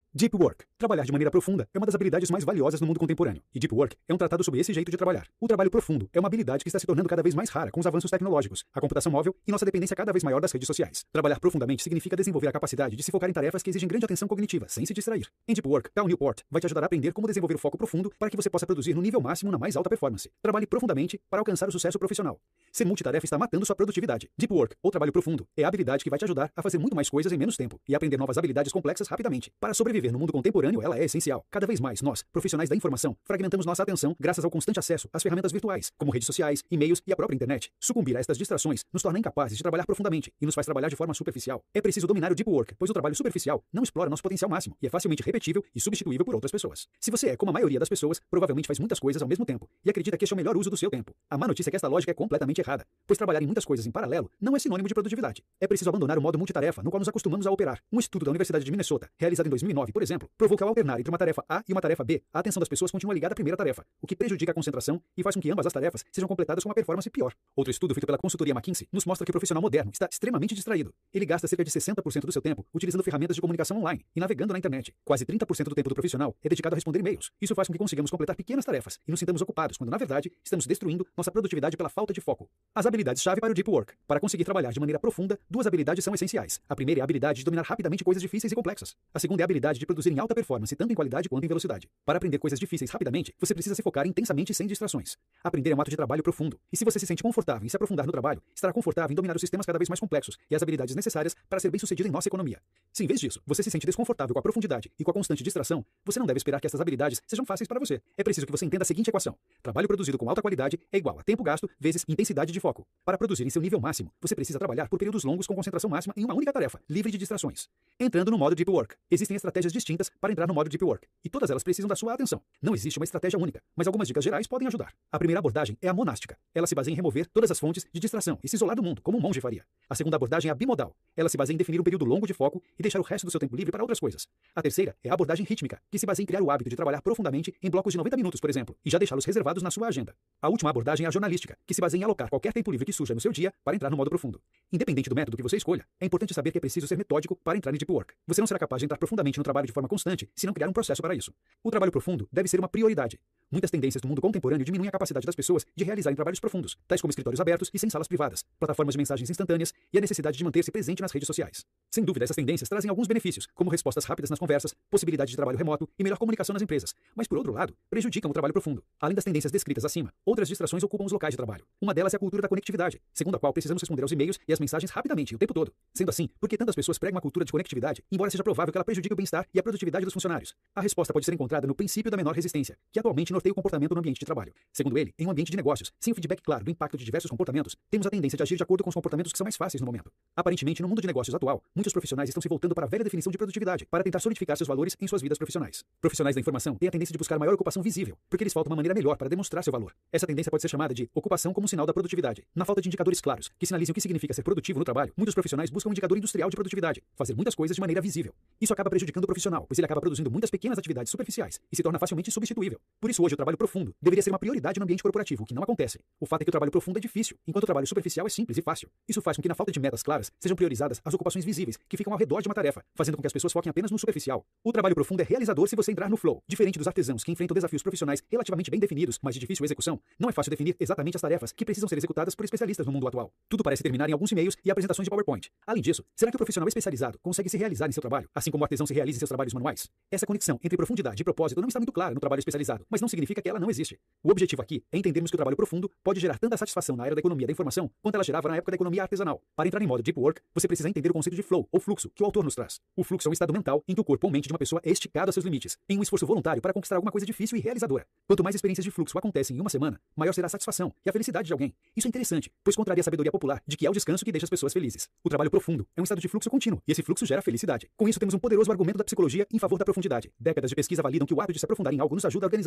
Deep Work. Trabalhar de maneira profunda é uma das habilidades mais valiosas no mundo contemporâneo, e Deep Work é um tratado sobre esse jeito de trabalhar. O trabalho profundo é uma habilidade que está se tornando cada vez mais rara com os avanços tecnológicos, a computação móvel e nossa dependência cada vez maior das redes sociais. Trabalhar profundamente significa desenvolver a capacidade de se focar em tarefas que exigem grande atenção cognitiva, sem se distrair. Em Deep Work, Cal Newport vai te ajudar a aprender como desenvolver o foco profundo para que você possa produzir no nível máximo na mais alta performance. Trabalhe profundamente para alcançar o sucesso profissional. Ser multitarefa está matando sua produtividade. Deep Work, ou trabalho profundo, é a habilidade que vai te ajudar a fazer muito mais coisas em menos tempo e aprender novas habilidades complexas rapidamente. Para sobreviver no mundo contemporâneo, ela é essencial. Cada vez mais nós, profissionais da informação, fragmentamos nossa atenção graças ao constante acesso às ferramentas virtuais, como redes sociais, e-mails e a própria internet. Sucumbir a estas distrações nos torna incapazes de trabalhar profundamente e nos faz trabalhar de forma superficial. É preciso dominar o Deep Work, pois o trabalho superficial não explora nosso potencial máximo e é facilmente repetível e substituível por outras pessoas. Se você é como a maioria das pessoas, provavelmente faz muitas coisas ao mesmo tempo e acredita que este é o melhor uso do seu tempo. A má notícia é que esta lógica é completamente errada, pois trabalhar em muitas coisas em paralelo não é sinônimo de produtividade. É preciso abandonar o modo multitarefa no qual nos acostumamos a operar. Um estudo da Universidade de Minnesota, realizado em 2009, por exemplo, provou que ao alternar entre uma tarefa A e uma tarefa B, a atenção das pessoas continua ligada à primeira tarefa, o que prejudica a concentração e faz com que ambas as tarefas sejam completadas com uma performance pior. Outro estudo feito pela consultoria McKinsey nos mostra que o profissional moderno está extremamente distraído. Ele gasta cerca de 60% do seu tempo utilizando ferramentas de comunicação online e navegando na internet. Quase 30% do tempo do profissional é dedicado a responder e-mails. Isso faz com que consigamos completar pequenas tarefas e nos sintamos ocupados, quando na verdade estamos destruindo nossa produtividade pela falta de foco. As habilidades-chave para o Deep Work. Para conseguir trabalhar de maneira profunda, duas habilidades são essenciais. A primeira é a habilidade de dominar rapidamente coisas difíceis e complexas. A segunda é a habilidade de produzir em alta performance, tanto em qualidade quanto em velocidade. Para aprender coisas difíceis rapidamente, você precisa se focar intensamente e sem distrações. Aprender é um ato de trabalho profundo. E se você se sente confortável em se aprofundar no trabalho, estará confortável em dominar os sistemas cada vez mais complexos e as habilidades necessárias para ser bem-sucedido em nossa economia. Se em vez disso, você se sente desconfortável com a profundidade e com a constante distração, você não deve esperar que essas habilidades sejam fáceis para você. É preciso que você entenda a seguinte equação: trabalho produzido com alta qualidade é igual a tempo gasto vezes intensidade de foco. Para produzir em seu nível máximo, você precisa trabalhar por períodos longos com concentração máxima em uma única tarefa, livre de distrações. Entrando no modo Deep Work. Existem estratégias distintas para entrar no modo Deep Work, e todas elas precisam da sua atenção. Não existe uma estratégia única, mas algumas dicas gerais podem ajudar. A primeira abordagem é a monástica. Ela se baseia em remover todas as fontes de distração e se isolar do mundo, como um monge faria. A segunda abordagem é a bimodal. Ela se baseia em definir um período longo de foco e deixar o resto do seu tempo livre para outras coisas. A terceira é a abordagem rítmica, que se baseia em criar o hábito de trabalhar profundamente em blocos de 90 minutos, por exemplo, e já deixá-los reservados na sua agenda. A última abordagem é a jornalística, que se baseia em alocar qualquer tempo livre que surja no seu dia para entrar no modo profundo. Independente do método que você escolha, é importante saber que é preciso ser metódico para entrar em Deep Work. Você não será capaz de entrar profundamente no trabalho de forma constante se não criar um processo para isso. O trabalho profundo deve ser uma prioridade. Muitas tendências do mundo contemporâneo diminuem a capacidade das pessoas de realizarem trabalhos profundos, tais como escritórios abertos e sem salas privadas, plataformas de mensagens instantâneas e a necessidade de manter-se presente nas redes sociais. Sem dúvida, essas tendências trazem alguns benefícios, como respostas rápidas nas conversas, possibilidade de trabalho remoto e melhor comunicação nas empresas, mas, por outro lado, prejudicam o trabalho profundo. Além das tendências descritas acima, outras distrações ocupam os locais de trabalho. Uma delas é a cultura da conectividade, segundo a qual precisamos responder aos e-mails e às mensagens rapidamente, o tempo todo. Sendo assim, por que tantas pessoas pregam a cultura de conectividade, embora seja provável que ela prejudique o bem-estar e a produtividade dos funcionários? A resposta pode ser encontrada no princípio da menor resistência, que atualmente norteia o comportamento no ambiente de trabalho. Segundo ele, em um ambiente de negócios, sem o feedback claro do impacto de diversos comportamentos, temos a tendência de agir de acordo com os comportamentos que são mais fáceis no momento. Aparentemente, no mundo de negócios atual, muitos profissionais estão se voltando para a velha definição de produtividade, para tentar solidificar seus valores em suas vidas profissionais. Profissionais da informação têm a tendência de buscar maior ocupação visível, porque lhes falta uma maneira melhor para demonstrar seu valor. Essa tendência pode ser chamada de ocupação como sinal da produtividade. Na falta de indicadores claros, que sinalizem o que significa ser produtivo no trabalho, muitos profissionais buscam um indicador industrial de produtividade, fazer muitas coisas de maneira visível. Isso acaba prejudicando o profissional, pois ele acaba produzindo muitas pequenas atividades superficiais e se torna facilmente substituível. Por isso hoje o trabalho profundo deveria ser uma prioridade no ambiente corporativo, o que não acontece. O fato é que o trabalho profundo é difícil, enquanto o trabalho superficial é simples e fácil. Isso faz com que na falta de metas claras sejam priorizadas as ocupações visíveis, que ficam ao redor de uma tarefa, fazendo com que as pessoas foquem apenas no superficial. O trabalho profundo é realizador se você entrar no flow. Diferente dos artesãos que enfrentam desafios profissionais relativamente bem definidos, mas de difícil execução, não é fácil definir exatamente as tarefas que precisam ser executadas por especialistas no mundo atual. Tudo parece terminar em alguns e-mails e apresentações de PowerPoint. Além disso, será que o profissional especializado consegue se realizar em seu trabalho, assim como o artesão se realiza em seus trabalhos manuais? Essa conexão entre profundidade e propósito não está muito clara no trabalho especializado, mas não significa que ela não existe. O objetivo aqui é entendermos que o trabalho profundo pode gerar tanta satisfação na era da economia da informação quanto ela gerava na época da economia artesanal. Para entrar em modo Deep Work, você precisa entender o conceito de flow, ou fluxo, que o autor nos traz. O fluxo é um estado mental em que o corpo ou mente de uma pessoa é esticado a seus limites, em um esforço voluntário para conquistar alguma coisa difícil e realizadora. Quanto mais experiências de fluxo acontecem em uma semana, maior será a satisfação e a felicidade de alguém. Isso é interessante, pois contraria a sabedoria popular de que é o descanso que deixa as pessoas felizes. O trabalho profundo é um estado de fluxo contínuo, e esse fluxo gera felicidade. Com isso temos um poderoso argumento da psicologia em favor da profundidade. Décadas de pesquisa validam que o ato de se aprofundar em algo nos ajuda a organizar a nossa mente,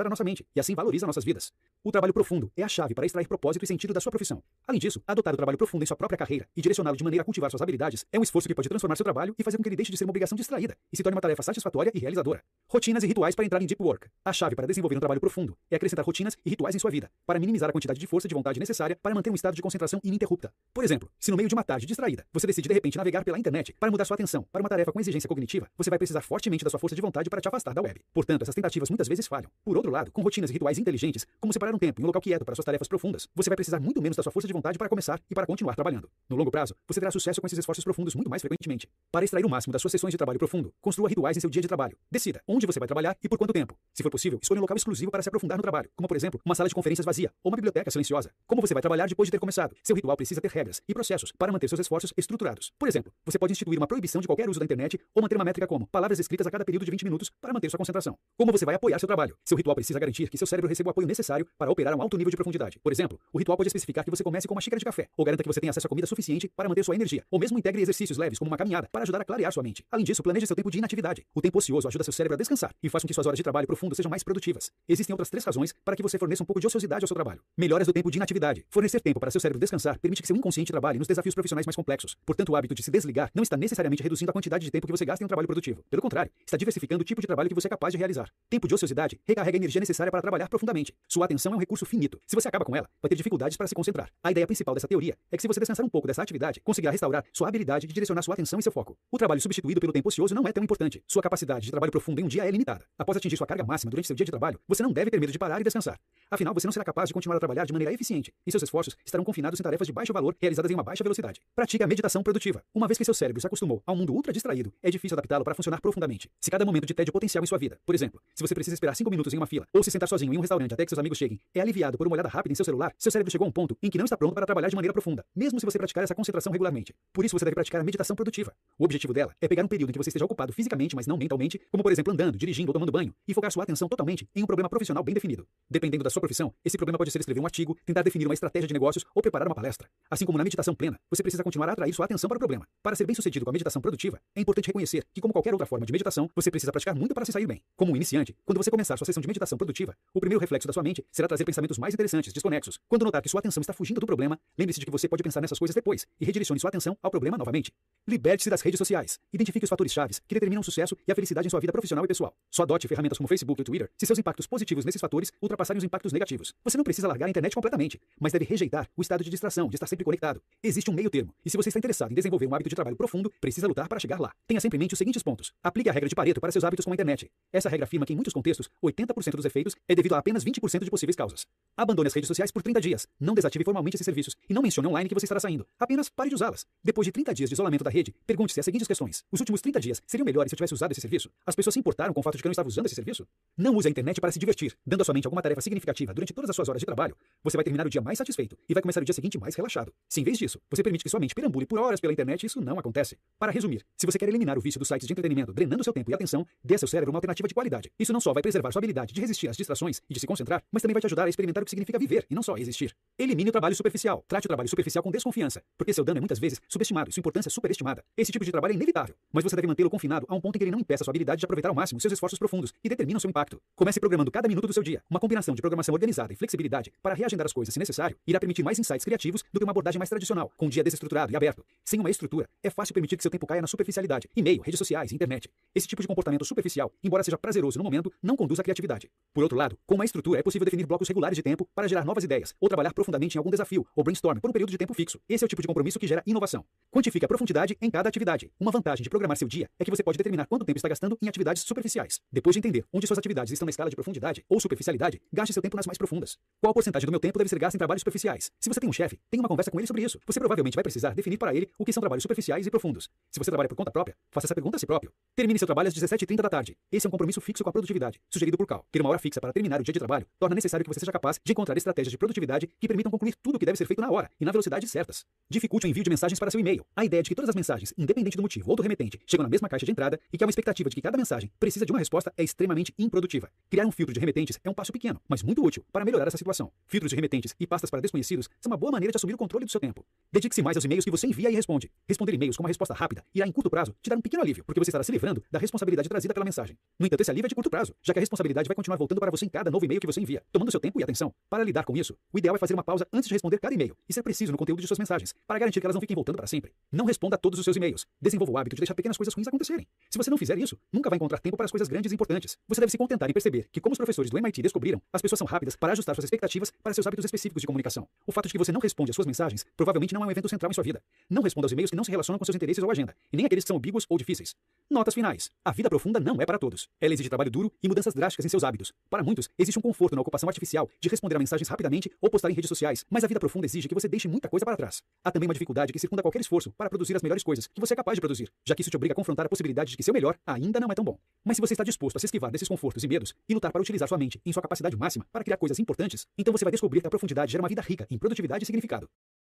eficiente e assim valoriza nossas vidas. O trabalho profundo é a chave para extrair propósito e sentido da sua profissão. Além disso, adotar o trabalho profundo em sua própria carreira e direcioná-lo de maneira a cultivar suas habilidades é um esforço que pode transformar seu trabalho e fazer com que ele deixe de ser uma obrigação distraída e se torne uma tarefa satisfatória e realizadora. Rotinas e rituais para entrar em deep work. A chave para desenvolver um trabalho profundo é acrescentar rotinas e rituais em sua vida, para minimizar a quantidade de força e de vontade necessária para manter um estado de concentração ininterrupta. Por exemplo, se no meio de uma tarde distraída, você decide de repente navegar pela internet para mudar sua atenção para uma tarefa com exigência cognitiva, você vai precisar fortemente da sua força de vontade para te afastar da web. Portanto, essas tentativas muitas vezes falham. Por outro lado, com rotinas e rituais inteligentes, como separar um tempo em um local quieto para suas tarefas profundas, você vai precisar muito menos da sua força de vontade para começar e para continuar trabalhando. No longo prazo, você terá sucesso com esses esforços profundos muito mais frequentemente. Para extrair o máximo das suas sessões de trabalho profundo, construa rituais em seu dia de trabalho. Decida onde você vai trabalhar e por quanto tempo. Se for possível, escolha um local exclusivo para se aprofundar no trabalho, como por exemplo, uma sala de conferências vazia ou uma biblioteca silenciosa. Como você vai trabalhar depois de ter começado? Seu ritual precisa ter regras e processos para manter seus esforços estruturados. Por exemplo, você pode instituir uma proibição de qualquer uso da internet ou manter uma métrica como palavras escritas a cada período de 20 minutos para manter sua concentração. Como você vai apoiar seu trabalho? Seu ritual precisa garantir que seu cérebro receba o apoio necessário para operar a um alto nível de profundidade. Por exemplo, o ritual pode especificar que você comece com uma xícara de café, ou garanta que você tenha acesso a comida suficiente para manter sua energia, ou mesmo integre exercícios leves como uma caminhada para ajudar a clarear sua mente. Além disso, planeje seu tempo de inatividade. O tempo ocioso ajuda seu cérebro a descansar e faz com que suas horas de trabalho profundo sejam mais produtivas. Existem outras 3 razões para que você forneça um pouco de ociosidade ao seu trabalho. Melhoras do tempo de inatividade. Fornecer tempo para seu cérebro descansar permite que seu inconsciente trabalhe nos desafios profissionais mais complexos. Portanto, o hábito de se desligar não está necessariamente reduzindo a quantidade de tempo que você gasta em um trabalho produtivo. Pelo contrário, está diversificando o tipo de trabalho que você é capaz de realizar. Tempo de ociosidade recarrega a energia necessária para trabalhar profundamente. Sua atenção é um recurso finito. Se você acaba com ela, vai ter dificuldades para se concentrar. A ideia principal dessa teoria é que se você descansar um pouco dessa atividade, conseguirá restaurar sua habilidade de direcionar sua atenção e seu foco. O trabalho substituído pelo tempo ocioso não é tão importante. Sua capacidade de trabalho profundo em um dia é limitada. Após atingir sua carga máxima durante seu dia de trabalho, você não deve ter medo de parar e descansar. Afinal, você não será capaz de continuar a trabalhar de maneira eficiente, e seus esforços estarão confinados em tarefas de baixo valor realizadas em uma baixa velocidade. Pratique a meditação produtiva. Uma vez que seu cérebro se acostumou a um mundo ultra distraído, é difícil adaptá-lo para funcionar profundamente. Se cada momento de tédio potencial em sua vida, por exemplo, se você precisa esperar 5 minutos em uma fila, ou se sentar sozinho em um restaurante até que seus amigos cheguem, é aliviado por uma olhada rápida em seu celular, seu cérebro chegou a um ponto em que não está pronto para trabalhar de maneira profunda, mesmo se você praticar essa concentração regularmente. Por isso você deve praticar a meditação produtiva. O objetivo dela é pegar um período em que você esteja ocupado fisicamente, mas não mentalmente, como por exemplo andando, dirigindo ou tomando banho, e focar sua atenção totalmente em um problema profissional bem definido. Dependendo da sua profissão, esse problema pode ser escrever um artigo, tentar definir uma estratégia de negócios ou preparar uma palestra. Assim como na meditação plena, você precisa continuar a atrair sua atenção para o problema. Para ser bem-sucedido com a meditação produtiva, é importante reconhecer que, como qualquer outra forma de meditação, você precisa praticar muito para se sair bem. Como um iniciante, quando você começar sua sessão de meditação produtiva, o primeiro reflexo da sua mente será trazer pensamentos mais interessantes, desconexos. Quando notar que sua atenção está fugindo do problema, lembre-se de que você pode pensar nessas coisas depois e redirecione sua atenção ao problema novamente. Liberte-se das redes sociais. Identifique os fatores chaves que determinam o sucesso e a felicidade em sua vida profissional e pessoal. Só adote ferramentas como Facebook e Twitter se seus impactos positivos nesses fatores ultrapassarem os impactos negativos. Você não precisa largar a internet completamente, mas deve rejeitar o estado de distração, de estar sempre conectado. Existe um meio termo, e se você está interessado em desenvolver um hábito de trabalho profundo, precisa lutar para chegar lá. Tenha sempre em mente os seguintes pontos. Aplique a regra de Pareto para seus hábitos com a internet. Essa regra afirma que em muitos contextos, 80% dos efeitos é devido a apenas 20% de possíveis causas. Abandone as redes sociais por 30 dias. Não desative formalmente esses serviços e não mencione online que você estará saindo. Apenas pare de usá-las. Depois de 30 dias de isolamento da rede, pergunte-se as seguintes questões. Os últimos 30 dias seriam melhores se eu tivesse usado esse serviço? As pessoas se importaram com o fato de que eu não estava usando esse serviço? Não use a internet para se divertir. Dando à sua mente alguma tarefa significativa durante todas as suas horas de trabalho, você vai terminar o dia mais satisfeito e vai começar o dia seguinte mais relaxado. Se em vez disso, você permite que sua mente perambule por horas pela internet, isso não acontece. Para resumir, se você quer eliminar o vício dos sites de entretenimento, drenando seu tempo e atenção, dê a seu cérebro uma alternativa de qualidade. Isso não só vai preservar sua habilidade de resistir às distrações e de se concentrar, mas também vai te ajudar a experimentar o que significa viver e não só existir. Elimine o trabalho superficial. Trate o trabalho superficial com desconfiança, porque seu dano é muitas vezes subestimado e sua importância superestimada. Esse tipo de trabalho é inevitável, mas você deve mantê-lo confinado a um ponto em que ele não impeça sua habilidade de aproveitar ao máximo seus esforços profundos e determinam seu impacto. Comece programando cada minuto do seu dia. Uma combinação de programação organizada e flexibilidade para reagendar as coisas se necessário irá permitir mais insights criativos do que uma abordagem mais tradicional, com um dia desestruturado e aberto. Sem uma estrutura, é fácil permitir que seu tempo caia na superficialidade, e-mail, redes sociais e internet. Esse tipo de comportamento superficial, embora seja prazeroso no momento, não conduz à criatividade. Por outro lado, com uma estrutura é possível definir blocos regulares de tempo para gerar novas ideias, ou trabalhar profundamente em algum desafio, ou brainstorm por um período de tempo fixo. Esse é o tipo de compromisso que gera inovação. Quantifique a profundidade em cada atividade. Uma vantagem de programar seu dia é que você pode determinar quanto tempo está gastando em atividades superficiais. Depois de entender onde suas atividades estão na escala de profundidade ou superficialidade, gaste seu tempo nas mais profundas. Qual porcentagem do meu tempo deve ser gasta em trabalhos superficiais? Se você tem um chefe, tenha uma conversa com ele sobre isso. Você provavelmente vai precisar definir para ele o que são trabalhos superficiais e profundos. Se você trabalha por conta própria, faça essa pergunta a si próprio. Termine seu trabalho às 17h30 da tarde. Esse é um compromisso fixo com a produtividade, sugerido por Cal. Ter uma hora fixa para terminar o dia de trabalho torna necessário que você seja capaz de encontrar estratégias de produtividade que permitam concluir tudo o que deve ser feito na hora e na velocidade certas. Dificulte o envio de mensagens para seu e-mail. A ideia de que todas as mensagens, independente do motivo ou do remetente, chegam na mesma caixa de entrada e que há uma expectativa de que cada mensagem precisa de uma resposta é extremamente improdutiva. Criar um filtro de remetentes é um passo pequeno, mas muito útil para melhorar essa situação. Filtros de remetentes e pastas para desconhecidos são uma boa maneira de assumir o controle do seu tempo. Dedique-se mais aos e-mails que você envia e responde. Responder e-mails com uma resposta rápida irá em curto prazo te dar um pequeno alívio, porque você estará se livrando da responsabilidade trazida pela mensagem. No entanto, esse alívio é de curto prazo, já que a responsabilidade vai continuar voltando para você em cada novo e-mail que você envia, tomando seu tempo e atenção. Para lidar com isso, o ideal é fazer uma pausa antes de responder cada e-mail e ser preciso no conteúdo de suas mensagens, para garantir que elas não fiquem voltando para sempre. Não responda a todos os seus e-mails. Desenvolva o hábito de deixar pequenas coisas ruins acontecerem. Se você não fizer isso, nunca vai encontrar tempo para as coisas grandes e importantes. Você deve se contentar em perceber que, como os professores do MIT descobriram, as pessoas são rápidas para ajustar suas expectativas para seus hábitos específicos de comunicação. O fato de que você não responde às suas mensagens provavelmente não é um evento central em sua vida. Não responda aos e-mails que não se relacionam com seus interesses ou agenda, e nem aqueles que são ambíguos ou difíceis. Notas finais. A vida profunda não é para todos. Ela exige trabalho duro e mudanças drásticas em seus hábitos. Para muitos, existe um conforto na ocupação artificial de responder a mensagens rapidamente ou postar em redes sociais, mas a vida profunda exige que você deixe muita coisa para trás. Há também uma dificuldade que circunda qualquer esforço para produzir as melhores coisas que você é capaz de produzir, já que isso te obriga a confrontar a possibilidade de que seu melhor ainda não é tão bom. Mas se você está disposto a se esquivar desses confortos e medos e lutar para utilizar sua mente em sua capacidade máxima para criar coisas importantes, então você vai descobrir que a profundidade gera uma vida rica em produtividade e significado.